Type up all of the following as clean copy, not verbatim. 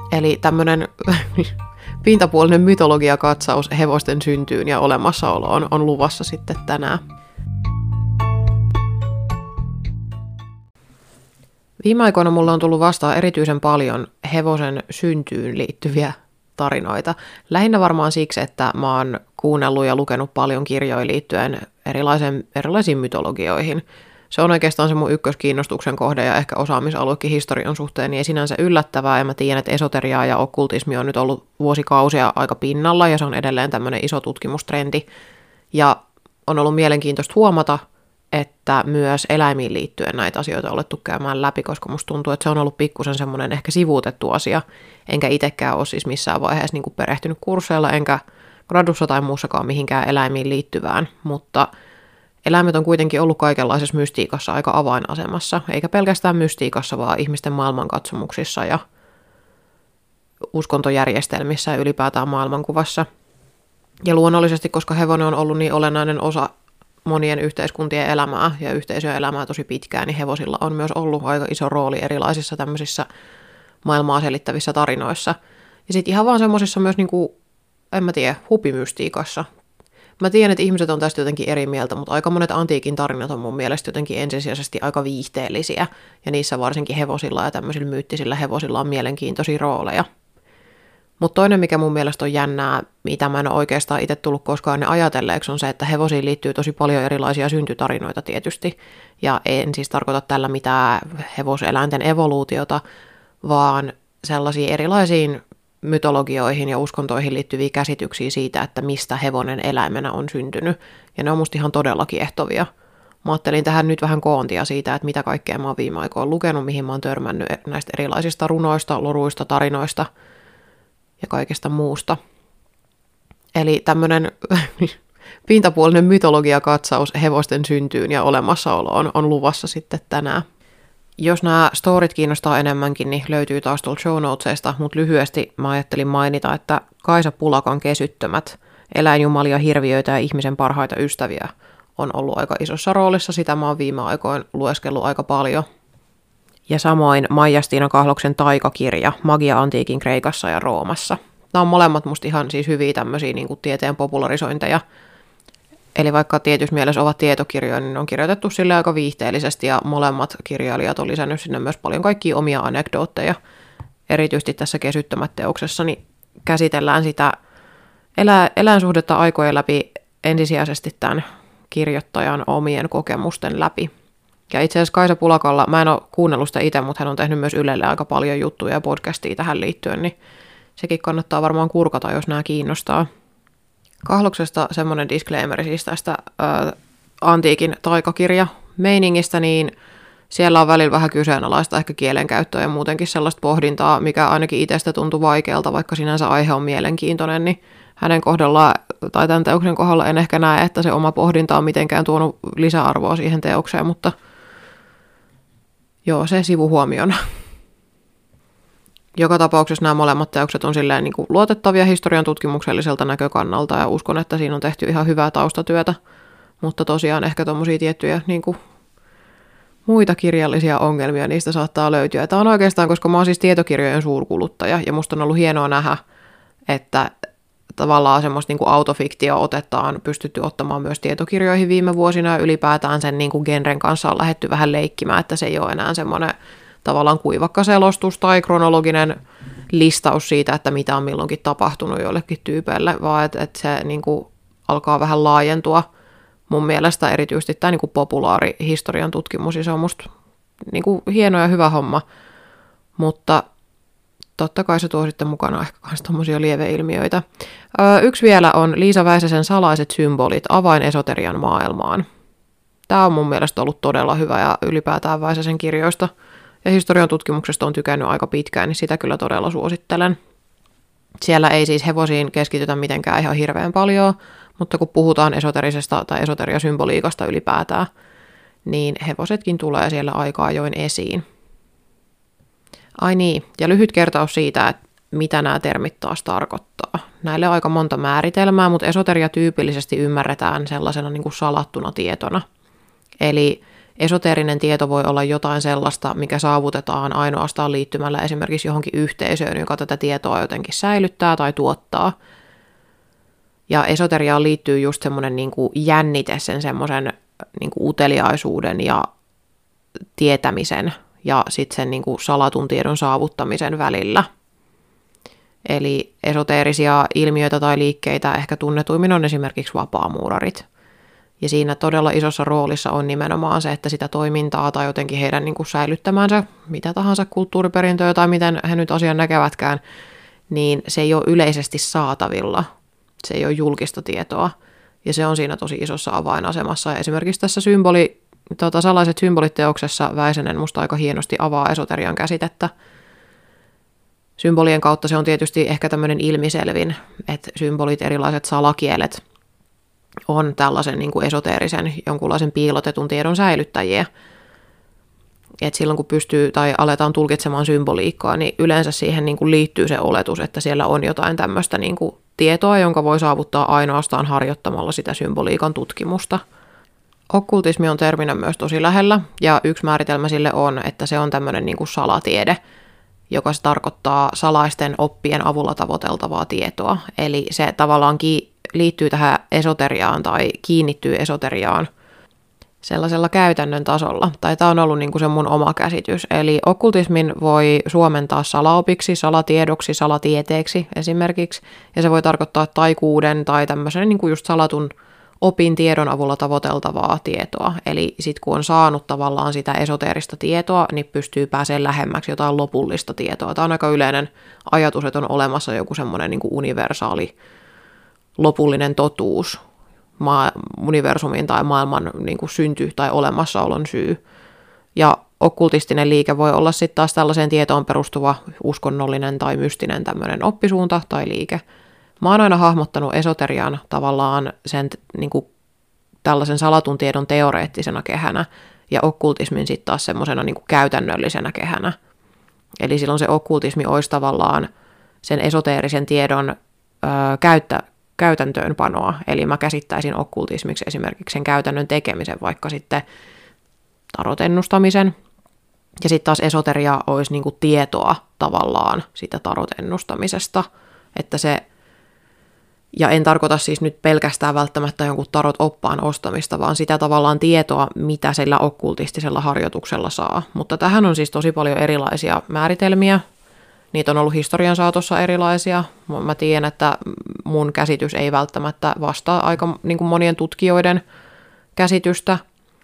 Eli tämmöinen pintapuolinen mytologiakatsaus hevosten syntyyn ja olemassaoloon on luvassa sitten tänään. Viime aikoina mulla on tullut vastaan erityisen paljon hevosen syntyyn liittyviä tarinoita. Lähinnä varmaan siksi, että mä oon kuunnellut ja lukenut paljon kirjoja liittyen erilaisiin mytologioihin. Se on oikeastaan se mun ykköskiinnostuksen kohde ja ehkä osaamisaluekin historian suhteen, niin ei sinänsä yllättävää. Ja mä tiedän, että esoteriaa ja okkultismi on nyt ollut vuosikausia aika pinnalla ja se on edelleen tämmöinen iso tutkimustrendi. Ja on ollut mielenkiintoista huomata, että myös eläimiin liittyen näitä asioita on alettu käymään läpi, koska musta tuntuu, että se on ollut pikkusen semmoinen ehkä sivuutettu asia, enkä itsekään ole siis missään vaiheessa niin kuin perehtynyt kursseilla, enkä gradussa tai muussakaan mihinkään eläimiin liittyvään, mutta eläimet on kuitenkin ollut kaikenlaisessa mystiikassa aika avainasemassa, eikä pelkästään mystiikassa, vaan ihmisten maailmankatsomuksissa ja uskontojärjestelmissä ja ylipäätään maailmankuvassa. Ja luonnollisesti, koska hevonen on ollut niin olennainen osa monien yhteiskuntien elämää ja yhteisöjen elämää tosi pitkään, niin hevosilla on myös ollut aika iso rooli erilaisissa tämmöisissä maailmaa selittävissä tarinoissa. Ja sitten ihan vaan semmoisissa myös, en mä tiedä, hupimystiikassa. Mä tiedän, että ihmiset on tästä jotenkin eri mieltä, mutta aika monet antiikin tarinat on mun mielestä jotenkin ensisijaisesti aika viihteellisiä, ja niissä varsinkin hevosilla ja tämmöisillä myyttisillä hevosilla on mielenkiintoisia rooleja. Mutta toinen, mikä mun mielestä on jännää, mitä mä en ole oikeastaan itse tullut koskaan ne ajatelleeksi, on se, että hevosiin liittyy tosi paljon erilaisia syntytarinoita tietysti. Ja en siis tarkoita tällä mitään hevoseläinten evoluutiota, vaan sellaisiin erilaisiin mytologioihin ja uskontoihin liittyviä käsityksiä siitä, että mistä hevonen eläimenä on syntynyt. Ja ne on musta ihan todella kiehtovia. Mä ajattelin tähän nyt vähän koontia siitä, että mitä kaikkea mä oon viime aikoina lukenut, mihin mä oon törmännyt näistä erilaisista runoista, loruista, tarinoista ja kaikesta muusta. Eli tämmöinen pintapuolinen mytologiakatsaus hevosten syntyyn ja olemassaoloon on luvassa sitten tänään. Jos nämä storit kiinnostaa enemmänkin, niin löytyy taas tuolta show notesista, mutta lyhyesti mä ajattelin mainita, että Kaisa Pulakan Kesyttömät, eläinjumalia, hirviöitä ja ihmisen parhaita ystäviä on ollut aika isossa roolissa. Sitä mä oon viime aikoina lueskellut aika paljon. Ja samoin Maija-Stiina Kahloksen taikakirja, Magia antiikin Kreikassa ja Roomassa. Nämä on molemmat musta ihan siis hyviä tämmöisiä niin kuin tieteen popularisointeja. Eli vaikka tietyssä mielessä ovat tietokirjoja, niin ne on kirjoitettu sille aika viihteellisesti ja molemmat kirjailijat on lisännyt sinne myös paljon kaikkia omia anekdootteja. Erityisesti tässä Kesyttömät-teoksessa niin käsitellään sitä eläinsuhdetta aikojen läpi ensisijaisesti tämän kirjoittajan omien kokemusten läpi. Ja itse asiassa Kaisa Pulakalla, mä en ole kuunnellut sitä itse, mutta hän on tehnyt myös Ylelle aika paljon juttuja ja podcastia tähän liittyen, niin sekin kannattaa varmaan kurkata, jos nämä kiinnostaa. Kahloksesta semmoinen disclaimer siis tästä antiikin taikakirja meiningistä, niin siellä on välillä vähän kyseenalaista ehkä kielenkäyttöä ja muutenkin sellaista pohdintaa, mikä ainakin itsestä tuntui vaikealta, vaikka sinänsä aihe on mielenkiintoinen, niin hänen kohdallaan tai tämän teoksen kohdalla en ehkä näe, että se oma pohdinta on mitenkään tuonut lisäarvoa siihen teokseen, mutta joo, se sivuhuomiona. Joka tapauksessa nämä molemmat teokset on silleen niin kuin luotettavia historian tutkimukselliselta näkökannalta ja uskon, että siinä on tehty ihan hyvää taustatyötä, mutta tosiaan ehkä tommosia tiettyjä niin kuin muita kirjallisia ongelmia niistä saattaa löytyä. Tämä on oikeastaan, koska mä oon siis tietokirjojen suurkuluttaja ja musta on ollut hienoa nähdä, että tavallaan semmoista niin kuin autofiktio-otetta on pystytty ottamaan myös tietokirjoihin viime vuosina ja ylipäätään sen niin kuin genren kanssa on lähdetty vähän leikkimään, että se ei ole enää semmoinen tavallaan kuivakka selostus tai kronologinen listaus siitä, että mitä on milloinkin tapahtunut jollekin tyypeille, vaan että se niin kuin alkaa vähän laajentua. Mun mielestä erityisesti tämä niin kuin populaarihistorian tutkimus, ja se on musta niin kuin hieno ja hyvä homma, mutta totta kai se tuo sitten mukana ehkä myös tommosia lieveilmiöitä. Yksi vielä on Liisa Väisäsen Salaiset symbolit, avain esoterian maailmaan. Tämä on mun mielestä ollut todella hyvä ja ylipäätään Väisäsen kirjoista ja historian tutkimuksesta on tykännyt aika pitkään, niin sitä kyllä todella suosittelen. Siellä ei siis hevosiin keskitytä mitenkään ihan hirveän paljon, mutta kun puhutaan esoterisesta tai esoteriasymboliikasta ylipäätään, niin hevosetkin tulee siellä aika ajoin esiin. Ai niin, ja lyhyt kertaus siitä, että mitä nämä termit taas tarkoittaa. Näille on aika monta määritelmää, mutta esoteria tyypillisesti ymmärretään sellaisena niin kuin salattuna tietona. Eli Esoteerinen tieto voi olla jotain sellaista, mikä saavutetaan ainoastaan liittymällä esimerkiksi johonkin yhteisöön, joka tätä tietoa jotenkin säilyttää tai tuottaa. Ja esoteriaan liittyy just semmoinen niin kuin jännite sen semmoisen niin kuin uteliaisuuden ja tietämisen ja sitten sen niin kuin salatun tiedon saavuttamisen välillä. Eli esoteerisia ilmiöitä tai liikkeitä ehkä tunnetuimmin on esimerkiksi vapaamuurarit. Ja siinä todella isossa roolissa on nimenomaan se, että sitä toimintaa tai jotenkin heidän niin kuin säilyttämäänsä mitä tahansa kulttuuriperintöä tai miten he nyt asian näkevätkään, niin se ei ole yleisesti saatavilla. Se ei ole julkista tietoa. Ja se on siinä tosi isossa avainasemassa. Ja esimerkiksi tässä salaiset symboliteoksessa Väisänen musta aika hienosti avaa esoterian käsitettä. Symbolien kautta se on tietysti ehkä tämmöinen ilmiselvin, että symbolit, erilaiset salakielet on tällaisen niin kuin esoteerisen, jonkunlaisen piilotetun tiedon säilyttäjiä. Et silloin kun pystyy tai aletaan tulkitsemaan symboliikkaa, niin yleensä siihen niin kuin liittyy se oletus, että siellä on jotain tämmöistä niin kuin tietoa, jonka voi saavuttaa ainoastaan harjoittamalla sitä symboliikan tutkimusta. Okkultismi on terminä myös tosi lähellä, ja yksi määritelmä sille on, että se on tämmöinen niin kuin salatiede, joka se tarkoittaa salaisten oppien avulla tavoiteltavaa tietoa. Eli se tavallaan liittyy tähän esoteriaan tai kiinnittyy esoteriaan sellaisella käytännön tasolla. Tai tämä on ollut niin kuin se mun oma käsitys. Eli okkultismin voi suomentaa salaopiksi, salatiedoksi, salatieteeksi esimerkiksi. Ja se voi tarkoittaa taikuuden tai tämmöisen niin kuin just salatun opin tiedon avulla tavoiteltavaa tietoa. Eli sitten kun on saanut tavallaan sitä esoteerista tietoa, niin pystyy pääsemään lähemmäksi jotain lopullista tietoa. Tämä on aika yleinen ajatus, että on olemassa joku semmoinen niin kuin universaali lopullinen totuus, universumin tai maailman niin kuin synty tai olemassaolon syy. Ja okkultistinen liike voi olla sitten taas tällaiseen tietoon perustuva uskonnollinen tai mystinen tämmöinen oppisuunta tai liike. Mä oon aina hahmottanut esoterian tavallaan sen niin kuin tällaisen salatun tiedon teoreettisena kehänä ja okkultismin sitten taas semmoisena niin kuin käytännöllisenä kehänä. Eli silloin se okkultismi olisi tavallaan sen esoteerisen tiedon käytäntöönpanoa. Eli mä käsittäisin okkultismiksi esimerkiksi sen käytännön tekemisen, vaikka sitten tarotennustamisen. Ja sitten taas esoteria olisi niin kuin tietoa tavallaan sitä tarotennustamisesta, että se. Ja en tarkoita siis nyt pelkästään välttämättä jonkun tarot-oppaan ostamista, vaan sitä tavallaan tietoa, mitä sillä okkultistisella harjoituksella saa. Mutta tähän on siis tosi paljon erilaisia määritelmiä. Niitä on ollut historian saatossa erilaisia. Mä tiedän, että mun käsitys ei välttämättä vastaa aika niin kuin monien tutkijoiden käsitystä.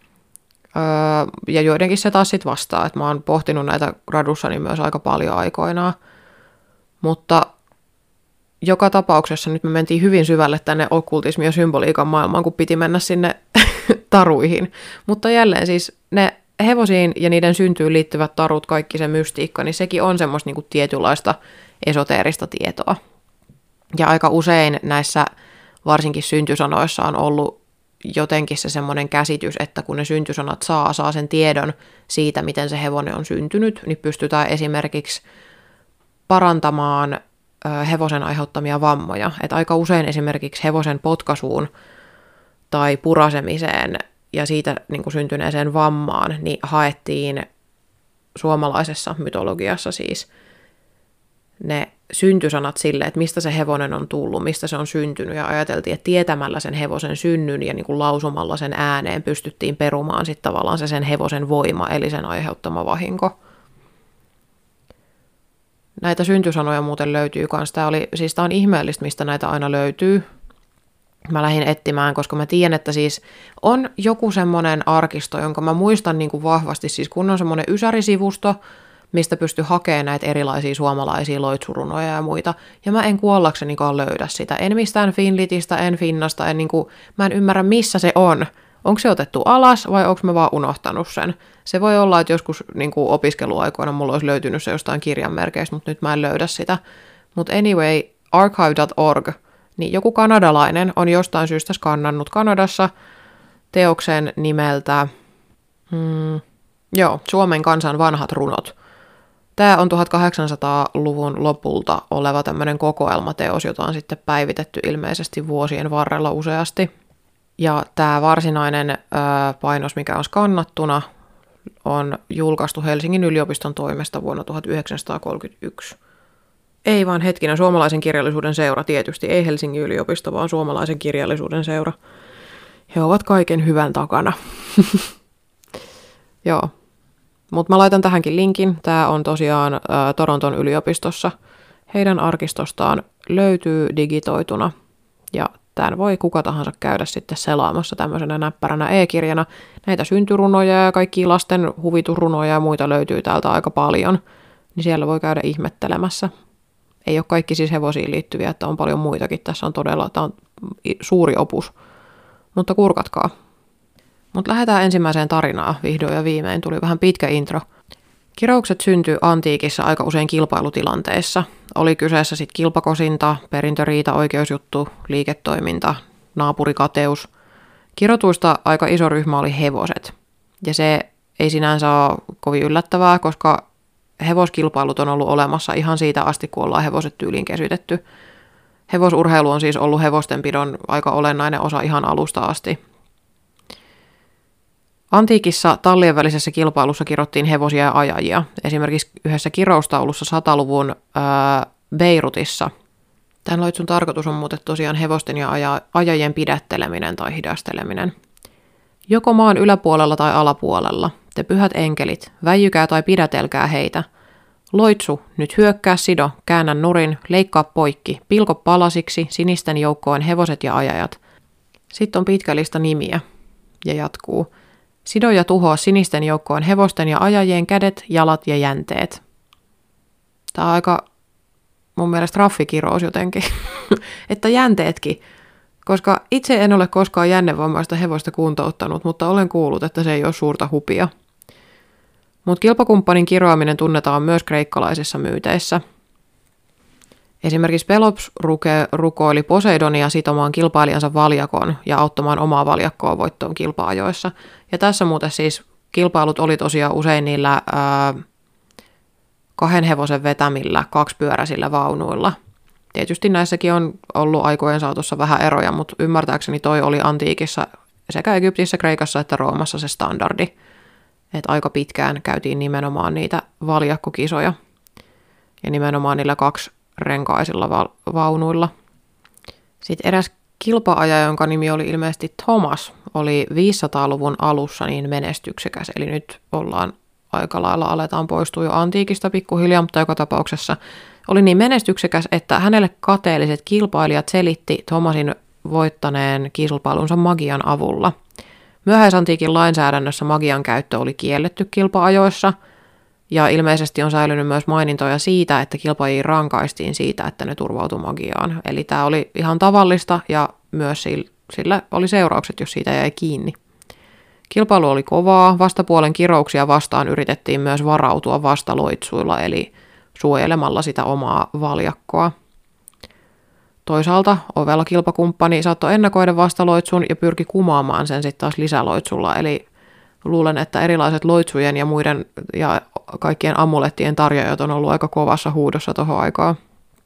Ja joidenkin se taas sitten vastaa. Että mä oon pohtinut näitä gradussani myös aika paljon aikoinaan. Mutta joka tapauksessa nyt me mentiin hyvin syvälle tänne okkultismi- ja symboliikan maailmaan, kun piti mennä sinne taruihin. Mutta jälleen siis ne hevosiin ja niiden syntyyn liittyvät tarut, kaikki se mystiikka, niin sekin on semmoista niin kuin tietynlaista esoteerista tietoa. Ja aika usein näissä varsinkin syntysanoissa on ollut jotenkin se semmoinen käsitys, että kun ne syntysanat saa sen tiedon siitä, miten se hevonen on syntynyt, niin pystytään esimerkiksi parantamaan hevosen aiheuttamia vammoja. Et aika usein esimerkiksi hevosen potkaisuun tai purasemiseen ja siitä niin kuin syntyneeseen vammaan niin haettiin suomalaisessa mytologiassa siis ne syntysanat sille, että mistä se hevonen on tullut, mistä se on syntynyt, ja ajateltiin, että tietämällä sen hevosen synnyn ja niin kuin lausumalla sen ääneen pystyttiin perumaan sitten tavallaan se sen hevosen voima, eli sen aiheuttama vahinko. Näitä syntysanoja muuten löytyy kanssa. Tämä on ihmeellistä, mistä näitä aina löytyy. Mä lähdin etsimään, koska mä tiedän, että siis on joku semmoinen arkisto, jonka mä muistan niin kuin vahvasti, siis kun on semmoinen ysärisivusto, mistä pystyy hakemaan näitä erilaisia suomalaisia loitsurunoja ja muita. Ja mä en kuollaksenikaan löydä sitä. En mistään Finlitistä, en Finnasta, mä en ymmärrä missä se on. Onko se otettu alas vai onko mä vaan unohtanut sen? Se voi olla, että joskus niin kuin opiskeluaikoina mulla olisi löytynyt se jostain kirjanmerkeistä, mutta nyt mä en löydä sitä. Mutta anyway, archive.org, niin joku kanadalainen on jostain syystä skannannut Kanadassa teoksen nimeltä Suomen kansan vanhat runot. Tämä on 1800-luvun lopulta oleva tämmöinen kokoelmateos, jota on sitten päivitetty ilmeisesti vuosien varrella useasti. Ja tämä varsinainen painos, mikä on skannattuna, on julkaistu Helsingin yliopiston toimesta vuonna 1931. Ei vaan hetkinen, Suomalaisen kirjallisuuden seura tietysti, ei Helsingin yliopisto, vaan Suomalaisen kirjallisuuden seura. He ovat kaiken hyvän takana. Joo, mutta mä laitan tähänkin linkin. Tämä on tosiaan Toronton yliopistossa. Heidän arkistostaan löytyy digitoituna ja tämän voi kuka tahansa käydä sitten selaamassa tämmöisenä näppäränä e-kirjana. Näitä syntyrunoja ja kaikki lasten huvitusrunoja ja muita löytyy täältä aika paljon, niin siellä voi käydä ihmettelemässä. Ei ole kaikki siis hevosiin liittyviä, että on paljon muitakin. Tässä on todella, tämä on suuri opus, mutta kurkatkaa. Mutta lähdetään ensimmäiseen tarinaan vihdoin ja viimein. Tuli vähän pitkä intro. Kiroukset syntyi antiikissa aika usein kilpailutilanteissa. Oli kyseessä sitten kilpakosinta, perintöriita, oikeusjuttu, liiketoiminta, naapurikateus. Kirotuista aika iso ryhmä oli hevoset. Ja se ei sinänsä ole kovin yllättävää, koska hevoskilpailut on ollut olemassa ihan siitä asti, kun ollaan hevoset tyyliin kesytetty. Hevosurheilu on siis ollut hevostenpidon aika olennainen osa ihan alusta asti. Antiikissa tallien välisessä kilpailussa kirottiin hevosia ja ajajia. Esimerkiksi yhdessä kiroustaulussa 100-luvun Beirutissa. Tämän loitsun tarkoitus on muuten tosiaan hevosten ja ajajien pidätteleminen tai hidasteleminen. Joko maan yläpuolella tai alapuolella, te pyhät enkelit, väijykää tai pidätelkää heitä. Loitsu, nyt hyökkää sido, käännä nurin, leikkaa poikki, pilko palasiksi, sinisten joukkoon hevoset ja ajajat. Sitten on pitkä lista nimiä ja jatkuu. Sido ja tuhoa sinisten joukkoon hevosten ja ajajien kädet, jalat ja jänteet. Tämä on aika mun mielestä raffikirous jotenkin, että jänteetkin, koska itse en ole koskaan jännevammaista hevosta kuntouttanut, mutta olen kuullut, että se ei ole suurta hupia. Mutta kilpakumppanin kiroaminen tunnetaan myös kreikkalaisissa myyteissä. Esimerkiksi Pelops rukoili Poseidonia sitomaan kilpailijansa valjakon ja auttamaan omaa valjakkoa voittoon kilpa-ajoissa. Ja tässä muuten siis kilpailut oli tosiaan usein niillä kahden hevosen vetämillä kaksipyöräisillä vaunuilla. Tietysti näissäkin on ollut aikojen saatossa vähän eroja, mutta ymmärtääkseni toi oli antiikissa sekä Egyptissä, Kreikassa että Roomassa se standardi. Että aika pitkään käytiin nimenomaan niitä valjakkokisoja ja nimenomaan niillä kaksirenkaisilla vaunuilla. Sitten eräs kilpa-ajaja, jonka nimi oli ilmeisesti Thomas, oli 500-luvun alussa niin menestyksekäs. Eli nyt ollaan aika lailla aletaan poistua jo antiikista pikkuhiljaa, mutta joka tapauksessa oli niin menestyksekäs, että hänelle kateelliset kilpailijat selitti Thomasin voittaneen kilpailunsa magian avulla. Myöhäisantiikin lainsäädännössä magian käyttö oli kielletty kilpa-ajoissa, ja ilmeisesti on säilynyt myös mainintoja siitä, että kilpaajia rankaistiin siitä, että ne turvautui magiaan. Eli tämä oli ihan tavallista, ja myös sillä oli seuraukset, jos siitä jäi kiinni. Kilpailu oli kovaa, vastapuolen kirouksia vastaan yritettiin myös varautua vastaloitsuilla, eli suojelemalla sitä omaa valjakkoa. Toisaalta ovella kilpakumppani saattoi ennakoida vastaloitsun ja pyrki kumoamaan sen sitten taas lisäloitsulla, eli luulen, että erilaiset loitsujen ja muiden ja kaikkien amulettien tarjoajat on ollut aika kovassa huudossa tuohon aikaan.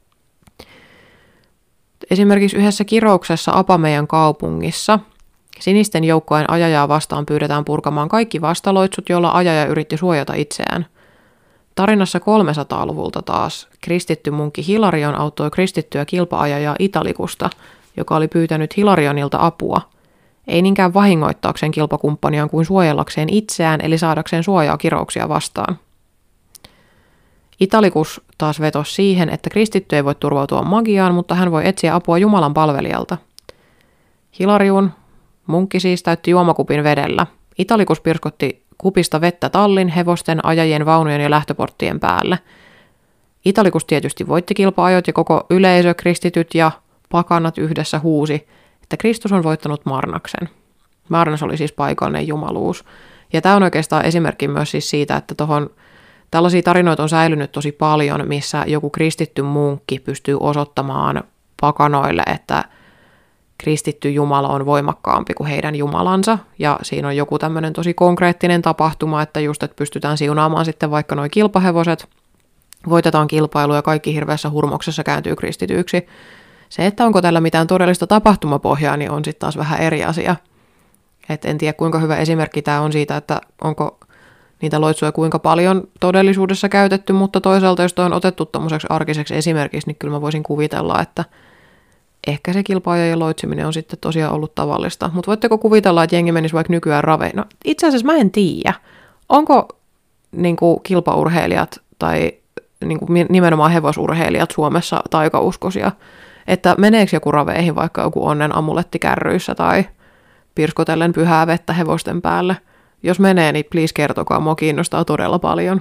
Esimerkiksi yhdessä kirouksessa Apamejan kaupungissa sinisten joukkojen ajajaa vastaan pyydetään purkamaan kaikki vastaloitsut, joilla ajaja yritti suojata itseään. Tarinassa 300-luvulta taas kristitty munkki Hilarion auttoi kristittyä kilpa-ajajaa Italikusta, joka oli pyytänyt Hilarionilta apua. Ei niinkään vahingoittaakseen kilpakumppaniaan kuin suojellakseen itseään, eli saadakseen suojaa kirouksia vastaan. Italikus taas vetosi siihen, että kristitty ei voi turvautua magiaan, mutta hän voi etsiä apua Jumalan palvelijalta. Hilarion munkki siis täytti juomakupin vedellä. Italikus pirskotti kupista vettä tallin, hevosten, ajajien, vaunujen ja lähtöporttien päälle. Italikus tietysti voitti kilpa-ajot ja koko yleisö, kristityt ja pakanat yhdessä huusi, että Kristus on voittanut Marnaksen. Marnas oli siis paikallinen jumaluus. Ja tämä on oikeastaan esimerkki myös siis siitä, että tällaisia tarinoita on säilynyt tosi paljon, missä joku kristitty munkki pystyy osoittamaan pakanoille, että kristitty Jumala on voimakkaampi kuin heidän Jumalansa, ja siinä on joku tämmöinen tosi konkreettinen tapahtuma, että just, että pystytään siunaamaan sitten vaikka nuo kilpahevoset, voitetaan kilpailu ja kaikki hirveässä hurmoksessa kääntyy kristityiksi. Se, että onko tällä mitään todellista tapahtumapohjaa, niin on sitten taas vähän eri asia. Et en tiedä, kuinka hyvä esimerkki tämä on siitä, että onko niitä loitsuja kuinka paljon todellisuudessa käytetty, mutta toisaalta jos toi on otettu tommoseksi arkiseksi esimerkiksi, niin kyllä mä voisin kuvitella, että ehkä se kilpa-ajojen loitsiminen on sitten tosiaan ollut tavallista. Mutta voitteko kuvitella, että jengi menisi vaikka nykyään raveihin? No itse asiassa mä en tiedä. Onko niinku kilpaurheilijat tai niinku nimenomaan hevosurheilijat Suomessa taikauskoisia? Että meneekö joku raveihin vaikka joku onnen amuletti kärryissä tai pirskotellen pyhää vettä hevosten päälle? Jos menee, niin please kertokaa, mua kiinnostaa todella paljon.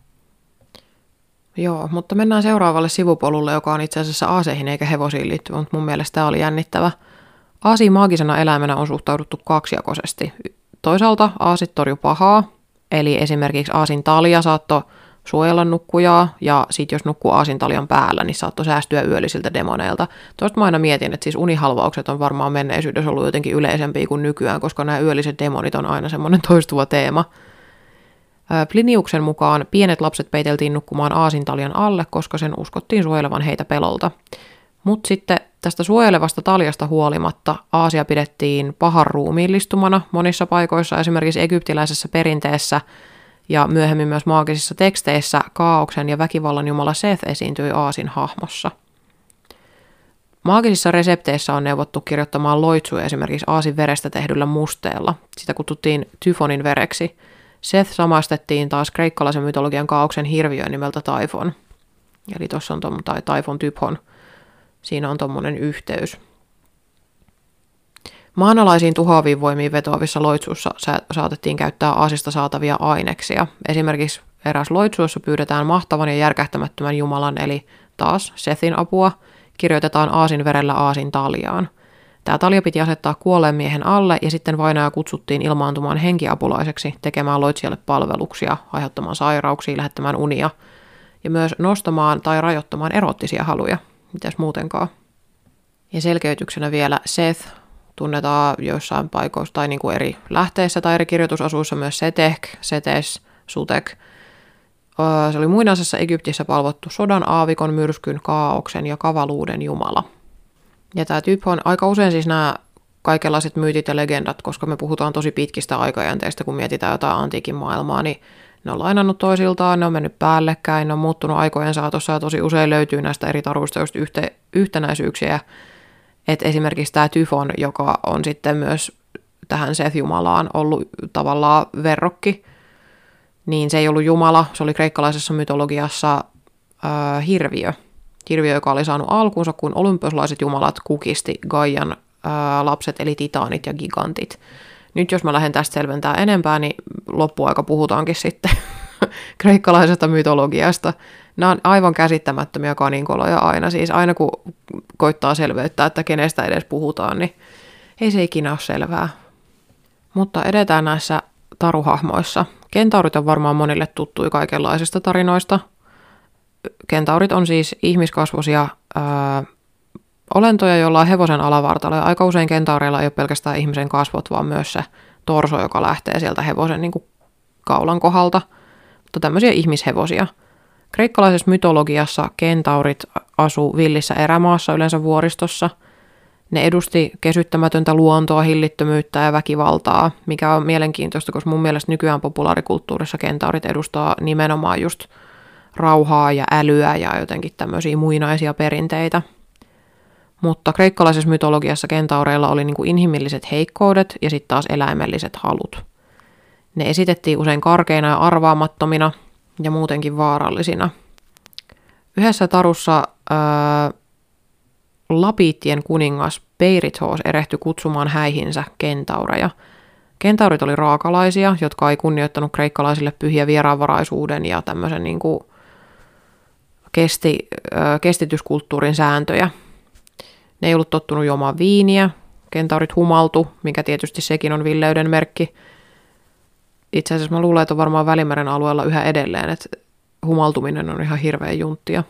Joo, mutta mennään seuraavalle sivupolulle, joka on itse asiassa aaseihin eikä hevosiin liittyvä, mutta mun mielestä tämä oli jännittävä. Aasiin maagisena eläimenä on suhtauduttu kaksijakoisesti. Toisaalta aasit torju pahaa, eli esimerkiksi aasin talia saattoi suojella nukkujaa, ja sitten jos nukkuu aasin talian päällä, niin saattoi säästyä yöllisiltä demoneilta. Tuosta mä aina mietin, että siis unihalvaukset on varmaan menneisyydessä ollut jotenkin yleisempiä kuin nykyään, koska nämä yölliset demonit on aina semmoinen toistuva teema. Pliniuksen mukaan pienet lapset peiteltiin nukkumaan aasintaljan alle, koska sen uskottiin suojelevan heitä pelolta. Mutta sitten tästä suojelevasta taljasta huolimatta aasia pidettiin pahan ruumiillistumana monissa paikoissa, esimerkiksi egyptiläisessä perinteessä ja myöhemmin myös maagisissa teksteissä kaaoksen ja väkivallan jumala Seth esiintyi aasin hahmossa. Maagisissa resepteissä on neuvottu kirjoittamaan loitsuja esimerkiksi aasin verestä tehdyllä musteella. Sitä kutsuttiin tyfonin vereksi. Seth samaistettiin taas kreikkalaisen mytologian kaaoksen hirviön nimeltä Typhon. Eli tuossa on tai Typhon Typhon. Siinä on tuommoinen yhteys. Maanalaisiin tuhoaviin voimiin vetoavissa loitsuissa saatettiin käyttää aasista saatavia aineksia. Esimerkiksi eräs loitsu, jossa pyydetään mahtavan ja järkähtämättömän jumalan, eli taas Sethin apua, kirjoitetaan aasin verellä aasin taljaan. Tämä talja piti asettaa kuolleen miehen alle ja sitten vainaja kutsuttiin ilmaantumaan henkiapulaiseksi, tekemään loitsijalle palveluksia, aiheuttamaan sairauksia, lähettämään unia ja myös nostamaan tai rajoittamaan erottisia haluja. Mitäs muutenkaan? Ja selkeytyksenä vielä Seth tunnetaan joissain paikoissa tai niin kuin eri lähteissä tai eri kirjoitusasuissa myös Setek, Setes, Sutek. Se oli muinaisessa Egyptissä palvottu sodan, aavikon, myrskyn, kaaoksen ja kavaluuden jumala. Ja tämä tyyppi on aika usein siis nämä kaikenlaiset myytit ja legendat, koska me puhutaan tosi pitkistä aikajänteistä, kun mietitään jotain antiikin maailmaa, niin ne on lainannut toisiltaan, ne on mennyt päällekkäin, ne on muuttunut aikojen saatossa ja tosi usein löytyy näistä eri taruista just yhtenäisyyksiä. Et esimerkiksi tämä Typhon, joka on sitten myös tähän Seth-jumalaan ollut tavallaan verrokki, niin se ei ollut jumala, se oli kreikkalaisessa mytologiassa hirviö. Hirviö, joka oli saanut alkuunsa, kun olympialaiset jumalat kukisti Gaian lapset, eli titaanit ja gigantit. Nyt jos mä lähden tästä selventää enempää, niin loppuaika puhutaankin sitten kreikkalaisesta mytologiasta. Nämä on aivan käsittämättömiä kaninkoloja aina. Siis aina kun koittaa selveyttää, että kenestä edes puhutaan, niin ei se ikinä ole selvää. Mutta edetään näissä taruhahmoissa. Kentaurit on varmaan monille tuttuja kaikenlaisista tarinoista. Kentaurit on siis ihmiskasvoisia olentoja, joilla on hevosen alavartalo. Ja aika usein kentaureilla ei ole pelkästään ihmisen kasvot, vaan myös se torso, joka lähtee sieltä hevosen niin kuin kaulan kohdalta. Mutta tämmöisiä ihmishevosia. Kreikkalaisessa mytologiassa kentaurit asuu villissä erämaassa, yleensä vuoristossa. Ne edusti kesyttämätöntä luontoa, hillittömyyttä ja väkivaltaa, mikä on mielenkiintoista, koska mun mielestä nykyään populaarikulttuurissa kentaurit edustaa nimenomaan just rauhaa ja älyä ja jotenkin tämmöisiä muinaisia perinteitä. Mutta kreikkalaisessa mytologiassa kentaureilla oli niin kuin inhimilliset heikkoudet ja sitten taas eläimelliset halut. Ne esitettiin usein karkeina ja arvaamattomina ja muutenkin vaarallisina. Yhdessä tarussa Lapiittien kuningas Peirithos erehtyi kutsumaan häihinsä kentaureja. Kentaurit oli raakalaisia, jotka ei kunnioittanut kreikkalaisille pyhiä vieraanvaraisuuden ja tämmöisen niin kuin kestityskulttuurin sääntöjä. Ne ei ollut tottunut juomaan viiniä, kentaurit humaltu, mikä tietysti sekin on villeyden merkki. Itse asiassa mä luulen, että on varmaan Välimeren alueella yhä edelleen, että humaltuminen on ihan hirveän junttia.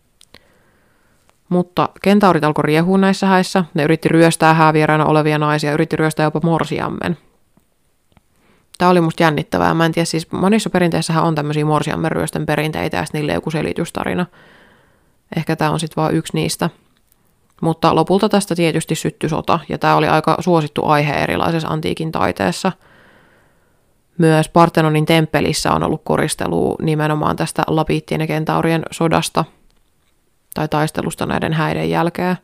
Mutta kentaurit alkoi riehua näissä häissä. Ne yritti ryöstää häävieraina olevia naisia, yritti ryöstää jopa morsiammen. Tämä oli musta jännittävää. Mä en tiedä, siis monissa perinteissähän on tämmöisiä morsiammen ryöstön perinteitä ja sitten niille joku selitystarina. Ehkä tämä on sitten vaan yksi niistä. Mutta lopulta tästä tietysti syttyi sota, ja tämä oli aika suosittu aihe erilaisessa antiikin taiteessa. Myös Partenonin temppelissä on ollut koristelua nimenomaan tästä Lapiittien ja Kentaurien sodasta tai taistelusta näiden häiden jälkeen.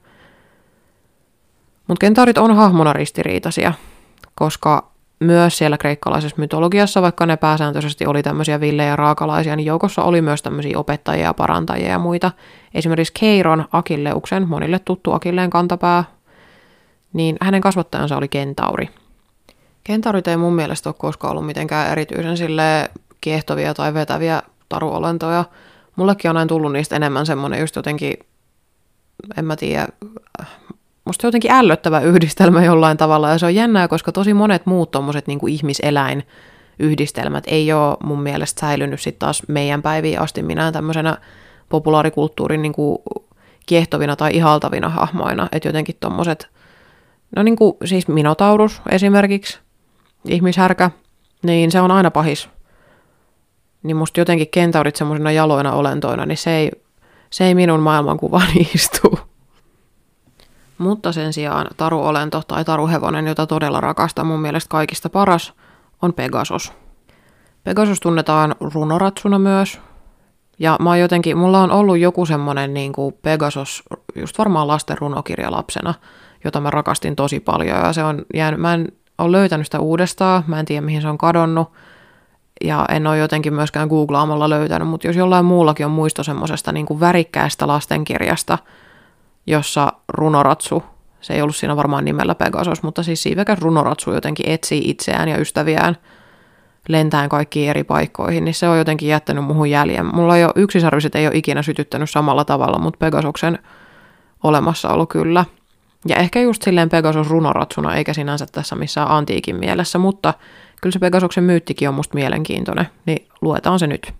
Mutta kentaurit on hahmona ristiriitaisia, koska myös siellä kreikkalaisessa mytologiassa, vaikka ne pääsääntöisesti oli tämmöisiä villejä raakalaisia, niin joukossa oli myös tämmöisiä opettajia ja parantajia ja muita. Esimerkiksi Keiron, Akilleuksen, monille tuttu Akilleen kantapää, niin hänen kasvattajansa oli kentauri. Kentaurit ei mun mielestä ole koskaan ollut mitenkään erityisen kiehtovia tai vetäviä taruolentoja. Mullekin on aina tullut niistä enemmän semmoinen just jotenkin, en mä tiedä, musta jotenkin ällöttävä yhdistelmä jollain tavalla, ja se on jännää, koska tosi monet muut tommoset niin kuin ihmiseläin-yhdistelmät ei ole mun mielestä säilynyt sitten taas meidän päiviin asti minään tämmöisenä populaarikulttuurin niin kuin kiehtovina tai ihaltavina hahmoina, että jotenkin tommoset, no niin kuin siis Minotaurus esimerkiksi, ihmishärkä, niin se on aina pahis. Niin musta jotenkin kentaurit semmoisina jaloina olentoina, niin se ei minun maailmankuvaan istu. Mutta sen sijaan taruolento tai taruhevonen, jota todella rakastan mun mielestä kaikista paras, on Pegasos. Pegasos tunnetaan runoratsuna myös. Ja mulla on ollut joku semmonen niin kuin Pegasos, just varmaan lasten runokirja lapsena, jota mä rakastin tosi paljon. Ja se on jäänyt, mä en ole löytänyt sitä uudestaan, mä en tiedä mihin se on kadonnut. Ja en ole jotenkin myöskään googlaamalla löytänyt, mutta jos jollain muullakin on muisto semmosesta niin kuin värikkäästä lastenkirjasta, jossa runoratsu, se ei ollut siinä varmaan nimellä Pegasos, mutta siis siivekäs runoratsu jotenkin etsii itseään ja ystäviään lentäen kaikkiin eri paikkoihin, niin se on jotenkin jättänyt muhun jäljen. Mulla jo yksisarviset ei ole ikinä sytyttänyt samalla tavalla, mutta Pegasoksen olemassaolo kyllä. Ja ehkä just silleen Pegasos runoratsuna, eikä sinänsä tässä missään antiikin mielessä, mutta kyllä se Pegasoksen myyttikin on musta mielenkiintoinen, niin luetaan se nyt.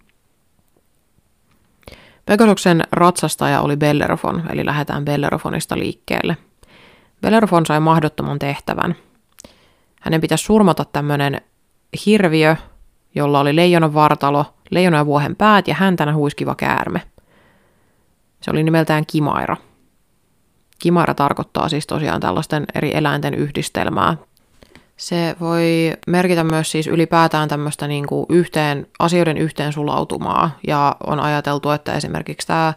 Pegasoksen ratsastaja oli Bellerofon, eli lähdetään Bellerofonista liikkeelle. Bellerofon sai mahdottoman tehtävän. Hänen pitäisi surmata tämmöinen hirviö, jolla oli leijonan vartalo, leijona ja vuohen päät ja häntänä huiskiva käärme. Se oli nimeltään Kimaira. Kimaira tarkoittaa siis tosiaan tällaisten eri eläinten yhdistelmää. Se voi merkitä myös siis ylipäätään tämmöistä niin kuin asioiden yhteen sulautumaa, ja on ajateltu, että esimerkiksi tämä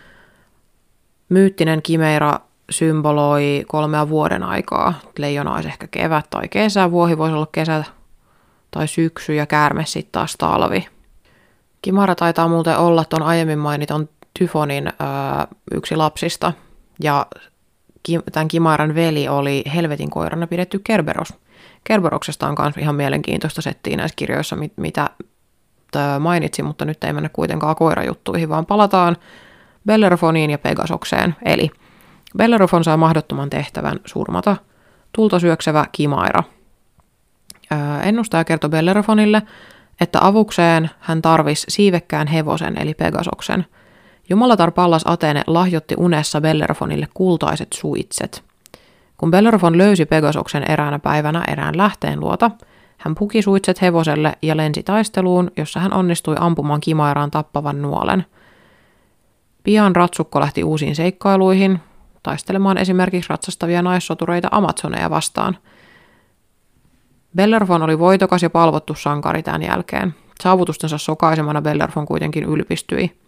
myyttinen Kimeira symboloi 3 vuoden aikaa. Leijona olisi ehkä kevät tai kesä, vuohi voisi olla kesä tai syksy ja käärme sitten taas talvi. Kimaira taitaa muuten olla tuon aiemmin mainitun Tyfonin yksi lapsista, ja tämän Kimairan veli oli helvetin koirana pidetty Kerberos. Kerberoksesta on myös ihan mielenkiintoista settiä näissä kirjoissa, mitä mainitsin, mutta nyt ei mennä kuitenkaan koirajuttuihin, vaan palataan Bellerofoniin ja Pegasokseen. Eli Bellerofon saa mahdottoman tehtävän surmata tulta syöksevä Kimaira. Ennustaja kertoi Bellerofonille, että avukseen hän tarvisi siivekkään hevosen eli Pegasoksen. Jumalatar Pallas Athene lahjoitti unessa Bellerofonille kultaiset suitset. Kun Bellerofon löysi Pegasoksen eräänä päivänä erään lähteen luota, hän puki suitset hevoselle ja lensi taisteluun, jossa hän onnistui ampumaan Kimairaan tappavan nuolen. Pian ratsukko lähti uusiin seikkailuihin, taistelemaan esimerkiksi ratsastavia naissotureita Amazoneja vastaan. Bellerofon oli voitokas ja palvottu sankari tämän jälkeen. Saavutustensa sokaisemana Bellerofon kuitenkin ylpistyi.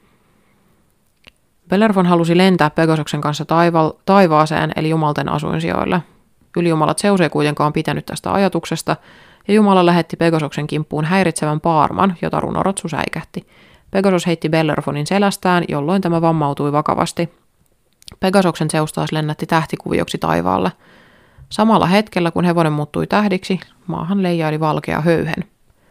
Bellerofon halusi lentää Pegasoksen kanssa taivaaseen eli jumalten asuinsijoille. Ylijumalat Zeus ei kuitenkaan pitänyt tästä ajatuksesta, ja Jumala lähetti Pegasoksen kimppuun häiritsevän paarman, jota runoratsu säikähti. Pegasos heitti Bellerofonin selästään, jolloin tämä vammautui vakavasti. Pegasoksen Zeus taas lennätti tähtikuvioksi taivaalle. Samalla hetkellä, kun hevonen muuttui tähdiksi, maahan leijaili valkea höyhen.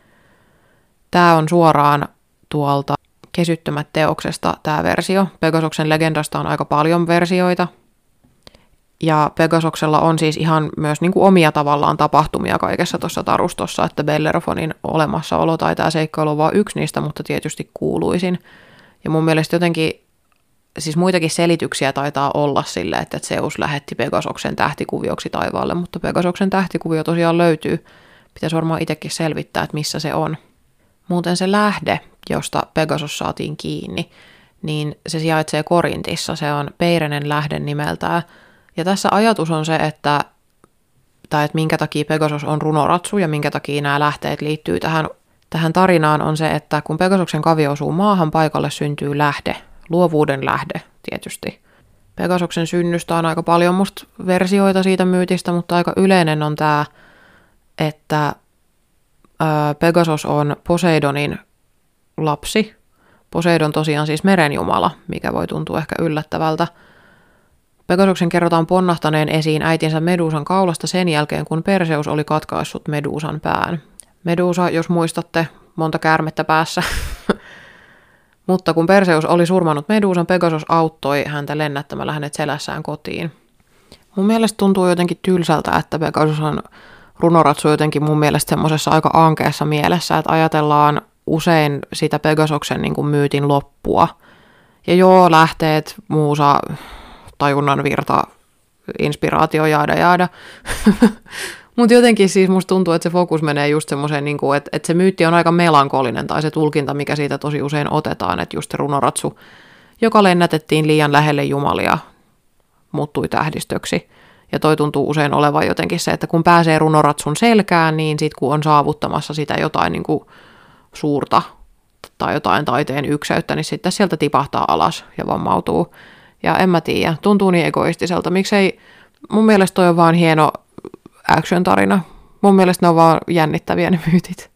Tämä on suoraan tuolta Kesyttömät teoksesta tämä versio. Pegasoksen legendasta on aika paljon versioita. Ja Pegasoksella on siis ihan myös niin kuin omia tavallaan tapahtumia kaikessa tuossa tarustossa, että Bellerofonin olemassaolo tai tämä seikkailu on vain yksi niistä, mutta tietysti kuuluisin. Ja mun mielestä jotenkin, siis muitakin selityksiä taitaa olla sille, että Zeus lähetti Pegasoksen tähtikuvioksi taivaalle, mutta Pegasoksen tähtikuvio tosiaan löytyy. Pitäisi varmaan itsekin selvittää, että missä se on. Muuten se lähde, josta Pegasos saatiin kiinni, niin se sijaitsee Korintissa. Se on Peirenen lähde nimeltään. Ja tässä ajatus on se, että minkä takia Pegasos on runoratsu ja minkä takia nämä lähteet liittyy tähän tarinaan on se, että kun Pegasoksen kavio osuu maahan, paikalle syntyy lähde, luovuuden lähde tietysti. Pegasoksen synnystä on aika paljon musta versioita siitä myytistä, mutta aika yleinen on tämä, että Pegasos on Poseidonin lapsi. Poseidon tosiaan siis merenjumala, mikä voi tuntua ehkä yllättävältä. Pegasoksen kerrotaan ponnahtaneen esiin äitinsä Medusan kaulasta sen jälkeen, kun Perseus oli katkaissut Medusan pään. Medusa, jos muistatte, monta käärmettä päässä. Mutta kun Perseus oli surmannut Medusan, Pegasos auttoi häntä lennättämällä hänet selässään kotiin. Mun mielestä tuntuu jotenkin tylsältä, että Pegasus on runoratsu jotenkin mun mielestä semmoisessa aika ankeassa mielessä, että ajatellaan usein sitä Pegasoksen niin kuin myytin loppua. Ja joo, lähteet, muusa, tajunnan virta, inspiraatio, jaada. Mutta jotenkin siis musta tuntuu, että se fokus menee just semmoiseen, niin että se myytti on aika melankolinen, tai se tulkinta, mikä siitä tosi usein otetaan, että just se runoratsu, joka lennätettiin liian lähelle jumalia, muuttui tähdistöksi. Ja toi tuntuu usein olevan jotenkin se, että kun pääsee runoratsun selkään, niin sit kun on saavuttamassa sitä jotain niin kuin suurta tai jotain taiteen ykseyttä, niin sitten sieltä tipahtaa alas ja vammautuu. Ja en mä tiedä, tuntuu niin egoistiselta. Miksei, mun mielestä toi on vaan hieno action-tarina. Mun mielestä ne on vaan jännittäviä ne myytit.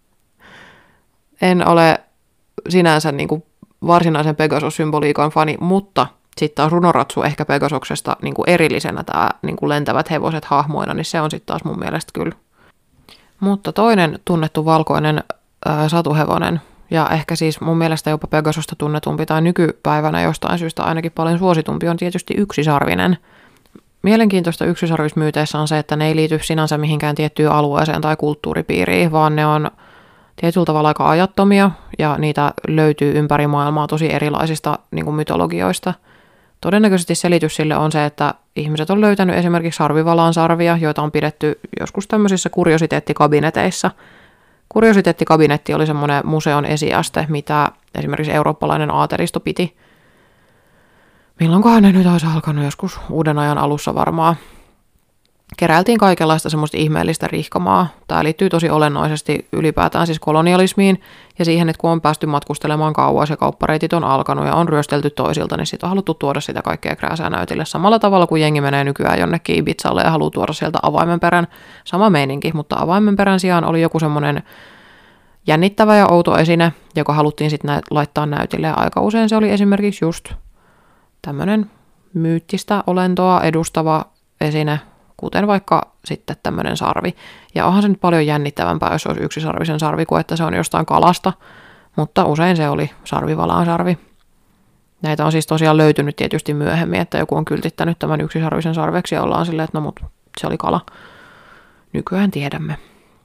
En ole sinänsä niin kuin varsinaisen Pegasus-symboliikan fani, mutta sitten taas runoratsu ehkä Pegasoksesta niin kuin erillisenä tämä niin kuin lentävät hevoset hahmoina, niin se on sitten taas mun mielestä kyllä. Mutta toinen tunnettu valkoinen satuhevonen, ja ehkä siis mun mielestä jopa Pegasosta tunnetumpi tai nykypäivänä jostain syystä ainakin paljon suositumpi on tietysti yksisarvinen. Mielenkiintoista yksisarvismyyteissä on se, että ne ei liity sinänsä mihinkään tiettyyn alueeseen tai kulttuuripiiriin, vaan ne on tietyllä tavalla aika ajattomia ja niitä löytyy ympäri maailmaa tosi erilaisista niin kuin mytologioista. Todennäköisesti selitys sille on se, että ihmiset on löytänyt esimerkiksi sarvivalaan sarvia, joita on pidetty joskus tämmöisissä kuriositeettikabineteissa. Kuriositeettikabinetti oli semmoinen museon esiaste, mitä esimerkiksi eurooppalainen aatelisto piti. Milloinkohan ne nyt olisi alkanut, joskus uuden ajan alussa varmaan. Keräiltiin kaikenlaista semmoista ihmeellistä rihkamaa. Tämä liittyy tosi olennaisesti ylipäätään siis kolonialismiin ja siihen, että kun on päästy matkustelemaan kauas ja kauppareitit on alkanut ja on ryöstelty toisilta, niin sitten on haluttu tuoda sitä kaikkea krääsää näytille. Samalla tavalla kuin jengi menee nykyään jonnekin Ibizalle ja haluaa tuoda sieltä avaimenperän. Sama meininki, mutta avaimenperän sijaan oli joku semmoinen jännittävä ja outo esine, joka haluttiin sitten laittaa näytille. Ja aika usein se oli esimerkiksi just tämmöinen myyttistä olentoa edustava esine, kuten vaikka sitten tämmöinen sarvi. Ja onhan se nyt paljon jännittävämpää, jos se olisi yksisarvisen sarvi, kuin että se on jostain kalasta, mutta usein se oli sarvivalaan sarvi. Näitä on siis tosiaan löytynyt tietysti myöhemmin, että joku on kyltittänyt tämän yksisarvisen sarveksi ja ollaan silleen, että no mut se oli kala. Nykyään tiedämme.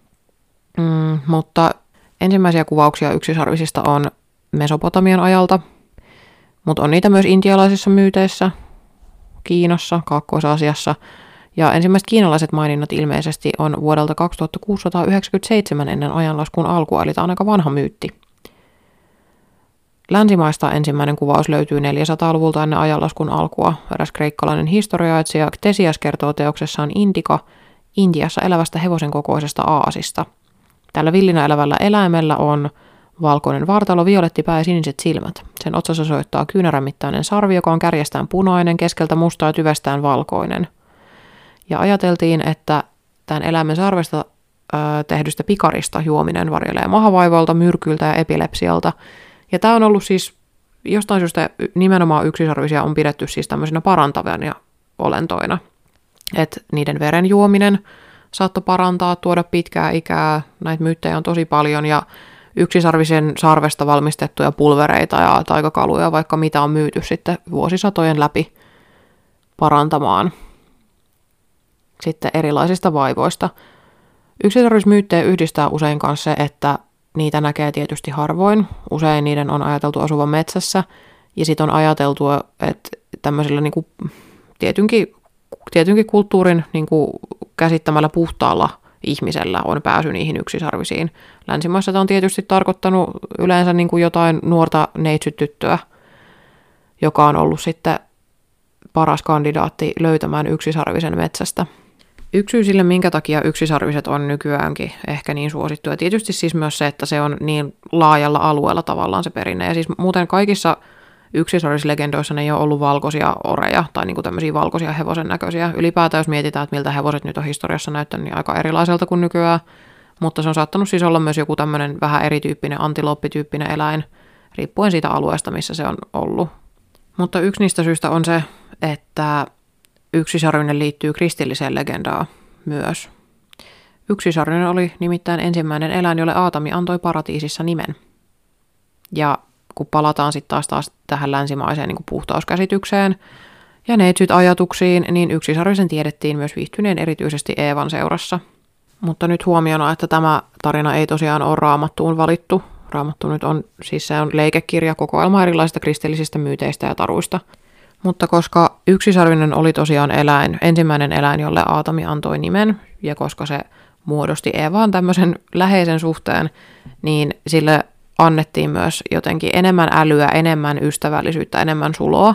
Mutta ensimmäisiä kuvauksia yksisarvisista on Mesopotamian ajalta, mutta on niitä myös intialaisissa myyteissä, Kiinassa, Kaakkois-Aasiassa. Ja ensimmäiset kiinalaiset maininnat ilmeisesti on vuodelta 2697 ennen ajanlaskun alkua, eli tämä on aika vanha myytti. Länsimaista ensimmäinen kuvaus löytyy 400-luvulta ennen ajanlaskun alkua. Eräs kreikkalainen historiaitsija Ktesias kertoo teoksessaan Indika Intiassa elävästä hevosen kokoisesta aasista. Tällä villinä elävällä eläimellä on valkoinen vartalo, violetti pää ja siniset silmät. Sen otsassa soittaa kyynärän mittainen sarvi, joka on kärjestään punainen, keskeltä musta ja tyvestään valkoinen. Ja ajateltiin, että tämän eläimen sarvesta tehdystä pikarista juominen varjelee mahavaivoilta, myrkyltä ja epilepsialta. Ja tämä on ollut siis jostain syystä nimenomaan yksisarvisia on pidetty siis tämmöisenä parantavia olentoina. Että niiden veren juominen saattoi parantaa, tuoda pitkää ikää. Näitä myyttejä on tosi paljon ja yksisarvisen sarvesta valmistettuja pulvereita ja taikakaluja, vaikka mitä on myyty sitten vuosisatojen läpi parantamaan sitten erilaisista vaivoista. Yksisarvismyyttejä yhdistää usein kanssa se, että niitä näkee tietysti harvoin. Usein niiden on ajateltu asuvan metsässä ja sitten on ajateltu, että tämmöisellä niin kuin tietynkin kulttuurin niin kuin käsittämällä puhtaalla ihmisellä on pääsy niihin yksisarvisiin. Länsimaissa tämä on tietysti tarkoittanut yleensä niin kuin jotain nuorta neitsytyttöä. joka on ollut sitten paras kandidaatti löytämään yksisarvisen metsästä. Yksi syy sille, minkä takia yksisarviset on nykyäänkin ehkä niin suosittuja, tietysti siis myös se, että se on niin laajalla alueella tavallaan se perinne. Ja siis muuten kaikissa yksisarvislegendoissa ne ei ole ollut valkoisia oreja tai niin kuin tämmöisiä valkoisia hevosen näköisiä. Ylipäätään jos mietitään, että miltä hevoset nyt on historiassa näyttänyt, niin aika erilaiselta kuin nykyään. Mutta se on saattanut siis olla myös joku tämmöinen vähän erityyppinen, antilooppityyppinen eläin, riippuen siitä alueesta, missä se on ollut. Mutta yksi niistä syistä on se, että yksisarvinen liittyy kristilliseen legendaan myös. Yksisarvinen oli nimittäin ensimmäinen eläin, jolle Aatami antoi paratiisissa nimen. Ja kun palataan sitten taas tähän länsimaiseen niin kuin puhtauskäsitykseen ja neitsyt-ajatuksiin, niin yksisarvisen tiedettiin myös viihtyneen erityisesti Eevan seurassa. Mutta nyt huomiona, että tämä tarina ei tosiaan ole Raamattuun valittu. Raamattu nyt on, siis se on leikekirja, kokoelma erilaisista kristillisistä myyteistä ja taruista. Mutta koska yksisarvinen oli tosiaan ensimmäinen eläin, jolle Aatami antoi nimen, ja koska se muodosti Eevaan tämmöisen läheisen suhteen, niin sille annettiin myös jotenkin enemmän älyä, enemmän ystävällisyyttä, enemmän suloa.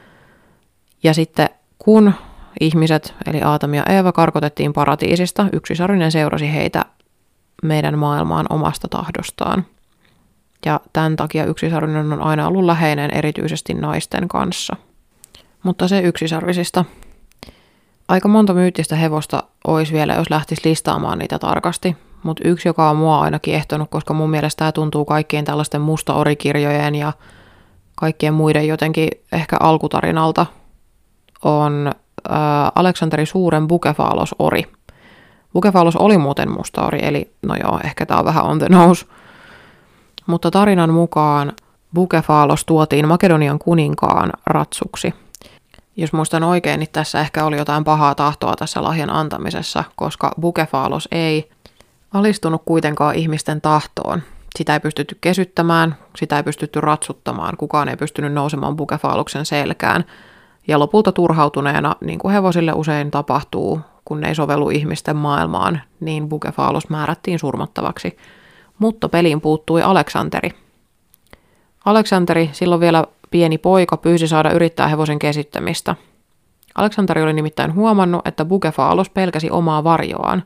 Ja sitten kun ihmiset, eli Aatami ja Eeva, karkotettiin paratiisista, yksisarvinen seurasi heitä meidän maailmaan omasta tahdostaan. Ja tämän takia yksisarvinen on aina ollut läheinen erityisesti naisten kanssa. Mutta se yksisarvisista. Aika monta myyttistä hevosta olisi vielä, jos lähtisi listaamaan niitä tarkasti. Mutta yksi, joka on mua aina kiehtonut, koska mun mielestä tämä tuntuu kaikkien tällaisten musta-orikirjojen ja kaikkien muiden jotenkin ehkä alkutarinalta, on Aleksanteri Suuren Bukefalos-ori. Bukefalos oli muuten musta-ori, eli no joo, ehkä tämä on vähän on the nose. Mutta tarinan mukaan Bukefalos tuotiin Makedonian kuninkaan ratsuksi. Jos muistan oikein, niin tässä ehkä oli jotain pahaa tahtoa tässä lahjan antamisessa, koska Bukefalos ei alistunut kuitenkaan ihmisten tahtoon. Sitä ei pystytty kesyttämään, sitä ei pystytty ratsuttamaan, kukaan ei pystynyt nousemaan Bukefaloksen selkään. Ja lopulta turhautuneena, niin kuin hevosille usein tapahtuu, kun ne ei sovellu ihmisten maailmaan, niin Bukefalos määrättiin surmattavaksi. Mutta peliin puuttui Aleksanteri. Aleksanteri, silloin vielä pieni poika, pyysi saada yrittää hevosen kesyttämistä. Aleksanteri oli nimittäin huomannut, että Bukefalos pelkäsi omaa varjoaan.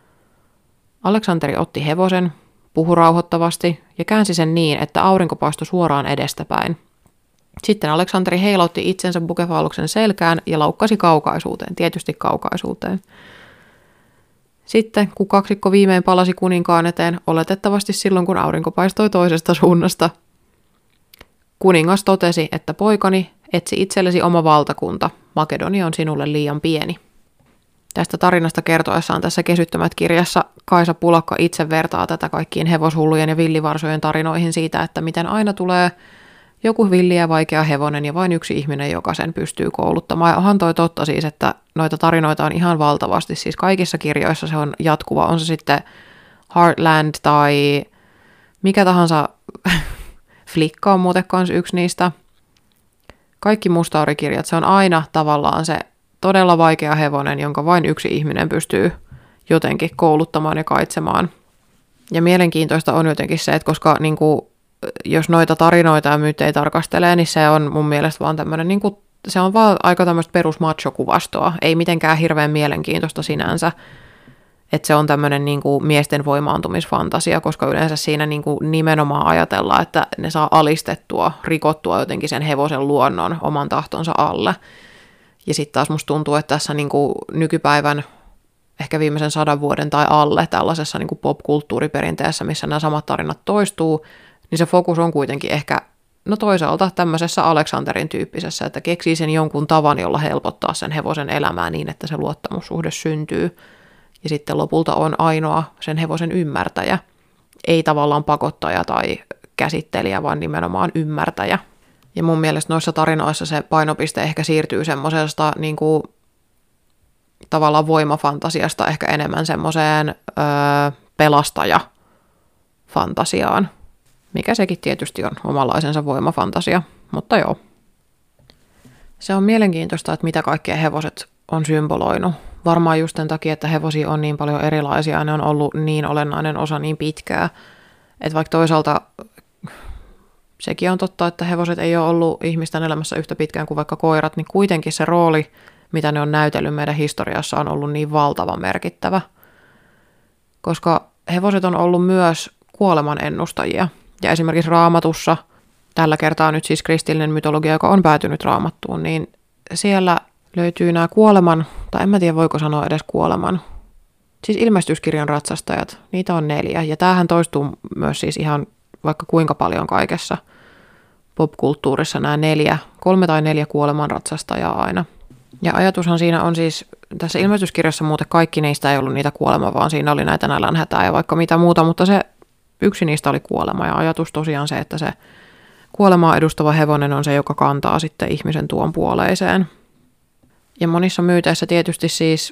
Aleksanteri otti hevosen, puhui rauhoittavasti ja käänsi sen niin, että aurinko paistoi suoraan edestäpäin. Sitten Aleksanteri heilautti itsensä Bukefaloksen selkään ja laukkasi kaukaisuuteen, tietysti kaukaisuuteen. Sitten, kun kaksikko viimein palasi kuninkaan eteen, oletettavasti silloin, kun aurinko paistoi toisesta suunnasta, kuningas totesi, että poikani, etsi itsellesi oma valtakunta, Makedonia on sinulle liian pieni. Tästä tarinasta kertoessaan tässä Kesyttämät-kirjassa Kaisa Pulakka itse vertaa tätä kaikkiin hevoshullujen ja villivarsojen tarinoihin siitä, että miten aina tulee joku villi ja vaikea hevonen ja vain yksi ihminen, joka sen pystyy kouluttamaan. Ja onhan toi totta siis, että noita tarinoita on ihan valtavasti. Siis kaikissa kirjoissa se on jatkuva. On se sitten Heartland tai mikä tahansa. Flikka on muuten kanssa yksi niistä. Kaikki mustaurikirjat, se on aina tavallaan se todella vaikea hevonen, jonka vain yksi ihminen pystyy jotenkin kouluttamaan ja kaitsemaan. Ja mielenkiintoista on jotenkin se, että koska niin kuin, jos noita tarinoita ja myyttejä tarkastelee, niin se on mun mielestä vaan tämmöinen, niin kuin, se on vaan aika tämmöistä perusmacho-kuvastoa. Ei mitenkään hirveän mielenkiintoista sinänsä, että se on tämmöinen niin kuin miesten voimaantumisfantasia, koska yleensä siinä niin kuin nimenomaan ajatellaan, että ne saa alistettua, rikottua jotenkin sen hevosen luonnon oman tahtonsa alle. Ja sitten taas musta tuntuu, että tässä niin kuin nykypäivän ehkä viimeisen 100 vuoden tai alle tällaisessa niin kuin pop-kulttuuriperinteessä, missä nämä samat tarinat toistuu, niin se fokus on kuitenkin ehkä, no toisaalta tämmöisessä Aleksanterin tyyppisessä, että keksii sen jonkun tavan, jolla helpottaa sen hevosen elämää niin, että se luottamussuhde syntyy. Ja sitten lopulta on ainoa sen hevosen ymmärtäjä, ei tavallaan pakottaja tai käsittelijä, vaan nimenomaan ymmärtäjä. Ja mun mielestä noissa tarinoissa se painopiste ehkä siirtyy semmoisesta niin kuin tavallaan voimafantasiasta ehkä enemmän semmoiseen pelastajafantasiaan, mikä sekin tietysti on omanlaisensa voimafantasia, mutta joo. Se on mielenkiintoista, että mitä kaikkea hevoset on symboloinut. Varmaan just sen takia, että hevosia on niin paljon erilaisia ja ne on ollut niin olennainen osa niin pitkää, että vaikka toisaalta sekin on totta, että hevoset ei ole ollut ihmisten elämässä yhtä pitkään kuin vaikka koirat, niin kuitenkin se rooli, mitä ne on näytellyt meidän historiassa, on ollut niin valtavan merkittävä. Koska hevoset on ollut myös kuoleman ennustajia. Ja esimerkiksi Raamatussa, tällä kertaa nyt siis kristillinen mytologia, joka on päätynyt Raamattuun, niin siellä löytyy nämä kuoleman, tai en mä tiedä voiko sanoa edes kuoleman, siis ilmestyskirjan ratsastajat, niitä on 4. Ja tämähän toistuu myös siis ihan vaikka kuinka paljon kaikessa popkulttuurissa nämä 3 tai 4 kuoleman ratsastajaa aina. Ja ajatushan siinä on siis, tässä ilmestyskirjassa muuten kaikki niistä ei ollut niitä kuolema, vaan siinä oli näitä nälänhätää ja vaikka mitä muuta, mutta se yksi niistä oli kuolema. Ja ajatus tosiaan se, että se kuolemaa edustava hevonen on se, joka kantaa sitten ihmisen tuon puoleiseen. Ja monissa myyteissä tietysti siis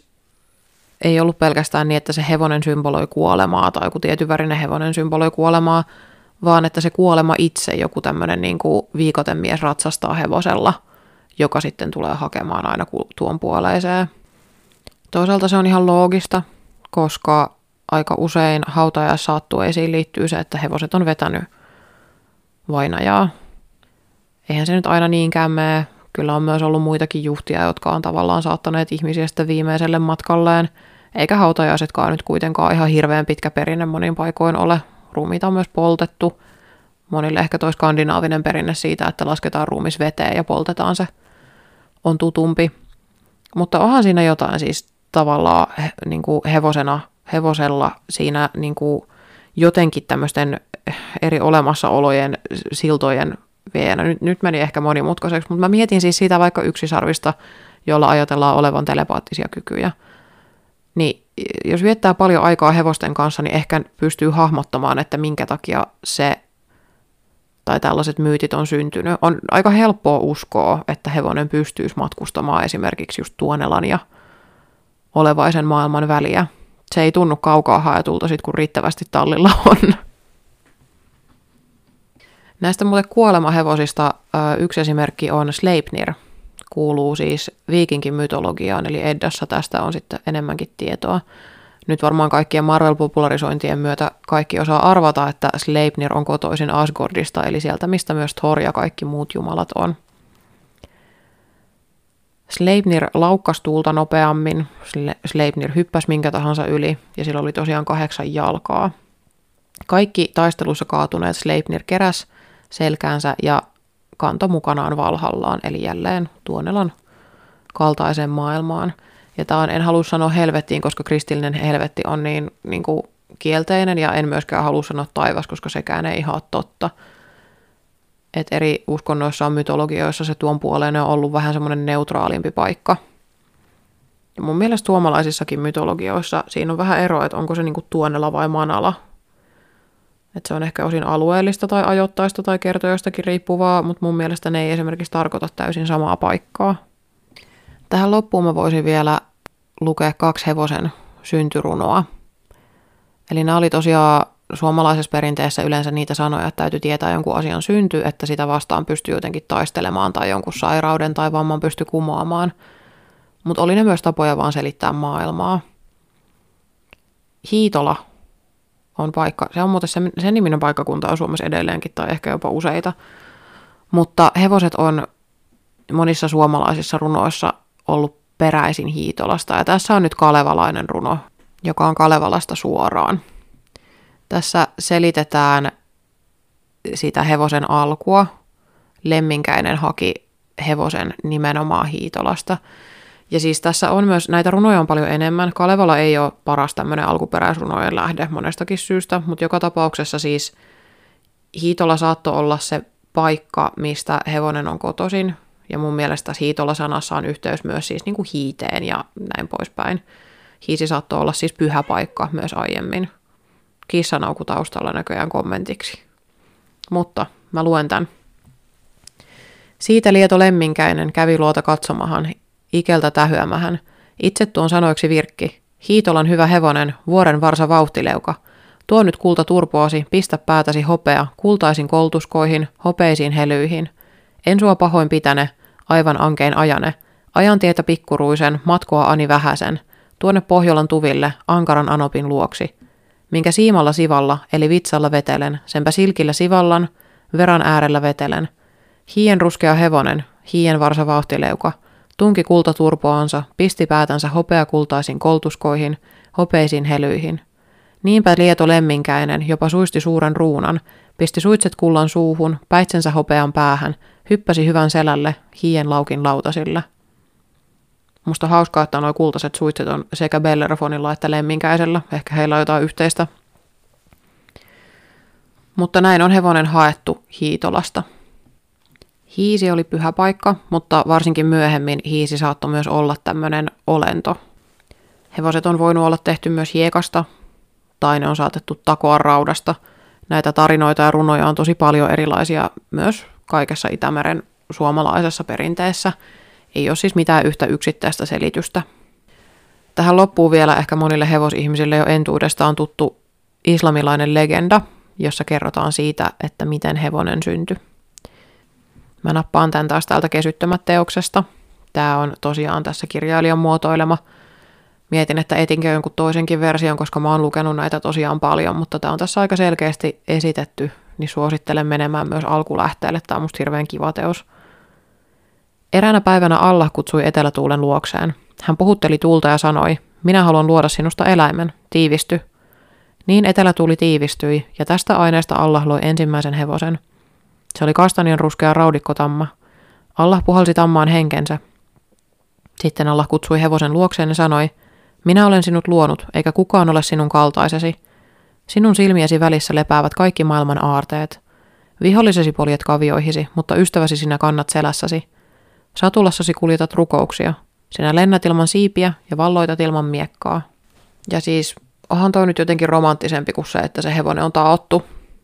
ei ollut pelkästään niin, että se hevonen symboloi kuolemaa tai joku tietynvärinen hevonen symboloi kuolemaa, vaan että se kuolema itse, joku tämmöinen niin kuin viikotemies ratsastaa hevosella, joka sitten tulee hakemaan aina tuon puoleiseen. Toisaalta se on ihan loogista, koska aika usein hautajaissaattueisiin liittyy se, että hevoset on vetänyt vainajaa. Eihän se nyt aina niinkään mene. Kyllä on myös ollut muitakin juhtia, jotka on tavallaan saattaneet ihmisiä sitten viimeiselle matkalleen. Eikä hautajaisetkaan nyt kuitenkaan ihan hirveän pitkä perinne monin paikoin ole. Ruumiita on myös poltettu. Monille ehkä toi skandinaavinen perinne siitä, että lasketaan ruumis veteen ja poltetaan se, on tutumpi. Mutta onhan siinä jotain siis tavallaan niin kuin hevosella siinä niin kuin jotenkin tämmöisten eri olemassaolojen siltojen viejänä. Nyt meni ehkä monimutkaiseksi, mutta mä mietin siis siitä vaikka yksisarvista, jolla ajatellaan olevan telepaattisia kykyjä. Niin jos viettää paljon aikaa hevosten kanssa, niin ehkä pystyy hahmottamaan, että minkä takia se tai tällaiset myytit on syntynyt. On aika helppoa uskoa, että hevonen pystyisi matkustamaan esimerkiksi just Tuonelan ja olevaisen maailman väliä. Se ei tunnu kaukaa haetulta sit, kun riittävästi tallilla on. Näistä muuten kuolemahevosista yksi esimerkki on Sleipnir. Kuuluu siis viikinkin mytologiaan, eli Eddassa tästä on sitten enemmänkin tietoa. Nyt varmaan kaikkien Marvel-popularisointien myötä kaikki osaa arvata, että Sleipnir on kotoisin Asgardista, eli sieltä mistä myös Thor ja kaikki muut jumalat on. Sleipnir laukkasi tuulta nopeammin, Sleipnir hyppäsi minkä tahansa yli, ja sillä oli tosiaan 8 jalkaa. Kaikki taistelussa kaatuneet Sleipnir keräsi selkäänsä ja kantoi mukanaan Valhallaan, eli jälleen Tuonelan kaltaiseen maailmaan. Ja tämä on, en halua sanoa helvettiin, koska kristillinen helvetti on niin kuin kielteinen, ja en myöskään halua sanoa taivas, koska sekään ei ihan ole totta. Et eri uskonnoissa on mytologioissa se tuon puoleinen on ollut vähän semmoinen neutraalimpi paikka. Ja mun mielestä suomalaisissakin mytologioissa siinä on vähän eroa, että onko se niinku Tuonela vai Manala. Että se on ehkä osin alueellista tai ajoittaista tai kertojostakin riippuvaa, mutta mun mielestä ne ei esimerkiksi tarkoita täysin samaa paikkaa. Tähän loppuun mä voisin vielä lukea 2 hevosen syntyrunoa. Eli nämä oli tosiaan suomalaisessa perinteessä yleensä niitä sanoja, että täytyy tietää jonkun asian synty, että sitä vastaan pystyy jotenkin taistelemaan tai jonkun sairauden tai vamman pystyy kumoamaan. Mutta oli ne myös tapoja vaan selittää maailmaa. Hiitola on paikka, se on muuten sen niminen paikkakunta on Suomessa edelleenkin tai ehkä jopa useita. Mutta hevoset on monissa suomalaisissa runoissa ollut peräisin Hiitolasta ja tässä on nyt kalevalainen runo, joka on Kalevalasta suoraan. Tässä selitetään sitä hevosen alkua. Lemminkäinen haki hevosen nimenomaan Hiitolasta. Ja siis tässä on myös, näitä runoja on paljon enemmän. Kalevala ei ole paras tämmöinen alkuperäisrunojen lähde monestakin syystä, mutta joka tapauksessa siis Hiitola saattoi olla se paikka, mistä hevonen on kotoisin. Ja mun mielestä Hiitola-sanassa on yhteys myös siis niin kuin hiiteen ja näin poispäin. Hiisi saattoi olla siis pyhä paikka myös aiemmin. Kissanauku taustalla näköjään kommentiksi. Mutta mä luen tän. Siitä lieto lemminkäinen kävi luota katsomahan, ikeltä tähyämähän. Itse tuon sanoiksi virkki. Hiitolan hyvä hevonen, vuoren varsa vauhtileuka. Tuo nyt kulta turpoasi, pistä päätäsi hopea, kultaisin koltuskoihin, hopeisiin helyihin. En sua pahoin pitäne, aivan ankein ajane. Ajan tietä pikkuruisen, matkoa ani vähäsen. Tuonne Pohjolan tuville, ankaran anopin luoksi. Minkä siimalla sivalla, eli vitsalla vetelen, senpä silkillä sivallan, veran äärellä vetelen. Hien ruskea hevonen, hien varsa vauhtileuka, tunki kultaturpoansa, pisti päätänsä hopeakultaisiin koltuskoihin, hopeisiin helyihin. Niinpä lieto lemminkäinen jopa suisti suuren ruunan, pisti suitset kullan suuhun, päitsensä hopean päähän, hyppäsi hyvän selälle, hien laukin lautasilla. Musta hauskaa, että nuo kultaiset suitset on sekä Bellerofonilla että lemminkäisellä, ehkä heillä on jotain yhteistä. Mutta näin on hevonen haettu Hiitolasta. Hiisi oli pyhä paikka, mutta varsinkin myöhemmin hiisi saattoi myös olla tämmöinen olento. Hevoset on voinut olla tehty myös hiekasta, tai ne on saatettu takoa raudasta. Näitä tarinoita ja runoja on tosi paljon erilaisia myös kaikessa Itämeren suomalaisessa perinteessä. Ei ole siis mitään yhtä yksittäistä selitystä. Tähän loppuu vielä ehkä monille hevosihmisille jo entuudestaan tuttu islamilainen legenda, jossa kerrotaan siitä, että miten hevonen syntyi. Mä nappaan tämän taas täältä Kesyttämät-teoksesta. Tämä on tosiaan tässä kirjailijan muotoilema. Mietin, että etinkö jonkun toisenkin version, koska mä oon lukenut näitä tosiaan paljon, mutta tämä on tässä aika selkeästi esitetty, niin suosittelen menemään myös alkulähteelle. Tämä on musta hirveän kiva teos. Eräänä päivänä Allah kutsui etelätuulen luokseen. Hän puhutteli tuulta ja sanoi, minä haluan luoda sinusta eläimen, tiivisty. Niin etelätuuli tiivistyi, ja tästä aineesta Allah loi ensimmäisen hevosen. Se oli kastanian ruskea raudikkotamma. Allah puhalsi tammaan henkensä. Sitten Allah kutsui hevosen luokseen ja sanoi, minä olen sinut luonut, eikä kukaan ole sinun kaltaisesi. Sinun silmiesi välissä lepäävät kaikki maailman aarteet. Vihollisesi poljet kavioihisi, mutta ystäväsi sinä kannat selässäsi. Satulassasi kuljetat rukouksia. Sinä lennät ilman siipiä ja valloitat ilman miekkaa. Ja siis, onhan toi nyt jotenkin romanttisempi kuin se, että se hevonen on taottu.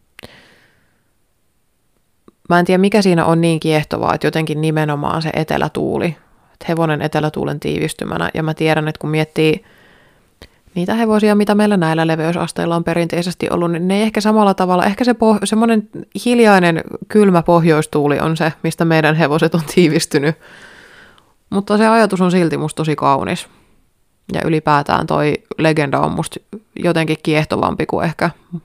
Mä en tiedä, mikä siinä on niin kiehtovaa, että jotenkin nimenomaan se etelätuuli. Että hevonen etelätuulen tiivistymänä. Ja mä tiedän, että kun miettii niitä hevosia, mitä meillä näillä leveysasteilla on perinteisesti ollut, niin ne ei ehkä samalla tavalla. Ehkä se semmoinen hiljainen, kylmä pohjoistuuli on se, mistä meidän hevoset on tiivistynyt. Mutta se ajatus on silti musta tosi kaunis. Ja ylipäätään toi legenda on musta jotenkin kiehtovampi kuin ehkä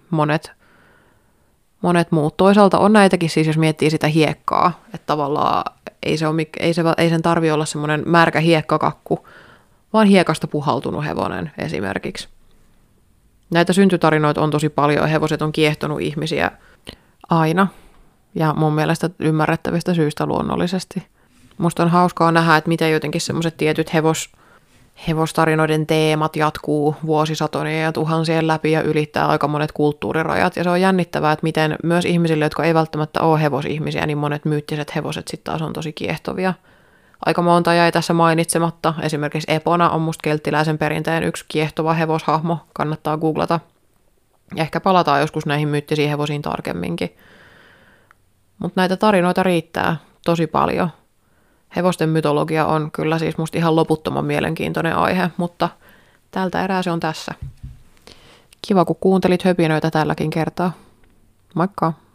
monet muut. Toisaalta on näitäkin siis, jos miettii sitä hiekkaa, että tavallaan ei sen tarvitse olla semmoinen märkä hiekkakakku, vaan hiekasta puhaltunut hevonen esimerkiksi. Näitä syntytarinoita on tosi paljon, hevoset on kiehtonut ihmisiä aina, ja mun mielestä ymmärrettävistä syistä luonnollisesti. Musta on hauskaa nähdä, että miten jotenkin semmoiset tietyt hevostarinoiden teemat jatkuu vuosisatojen ja tuhansien läpi ja ylittää aika monet kulttuurirajat. Ja se on jännittävää, että miten myös ihmisille, jotka ei välttämättä ole hevosihmisiä, niin monet myyttiset hevoset sitten taas on tosi kiehtovia. Aika monta jäi tässä mainitsematta. Esimerkiksi Epona on musta kelttiläisen perinteen yksi kiehtova hevoshahmo. Kannattaa googlata. Ja ehkä palataan joskus näihin myyttisiin hevosiin tarkemminkin. Mutta näitä tarinoita riittää tosi paljon. Hevosten mytologia on kyllä siis musta ihan loputtoman mielenkiintoinen aihe, mutta tältä erää se on tässä. Kiva, kun kuuntelit höpinöitä tälläkin kertaa. Moikka!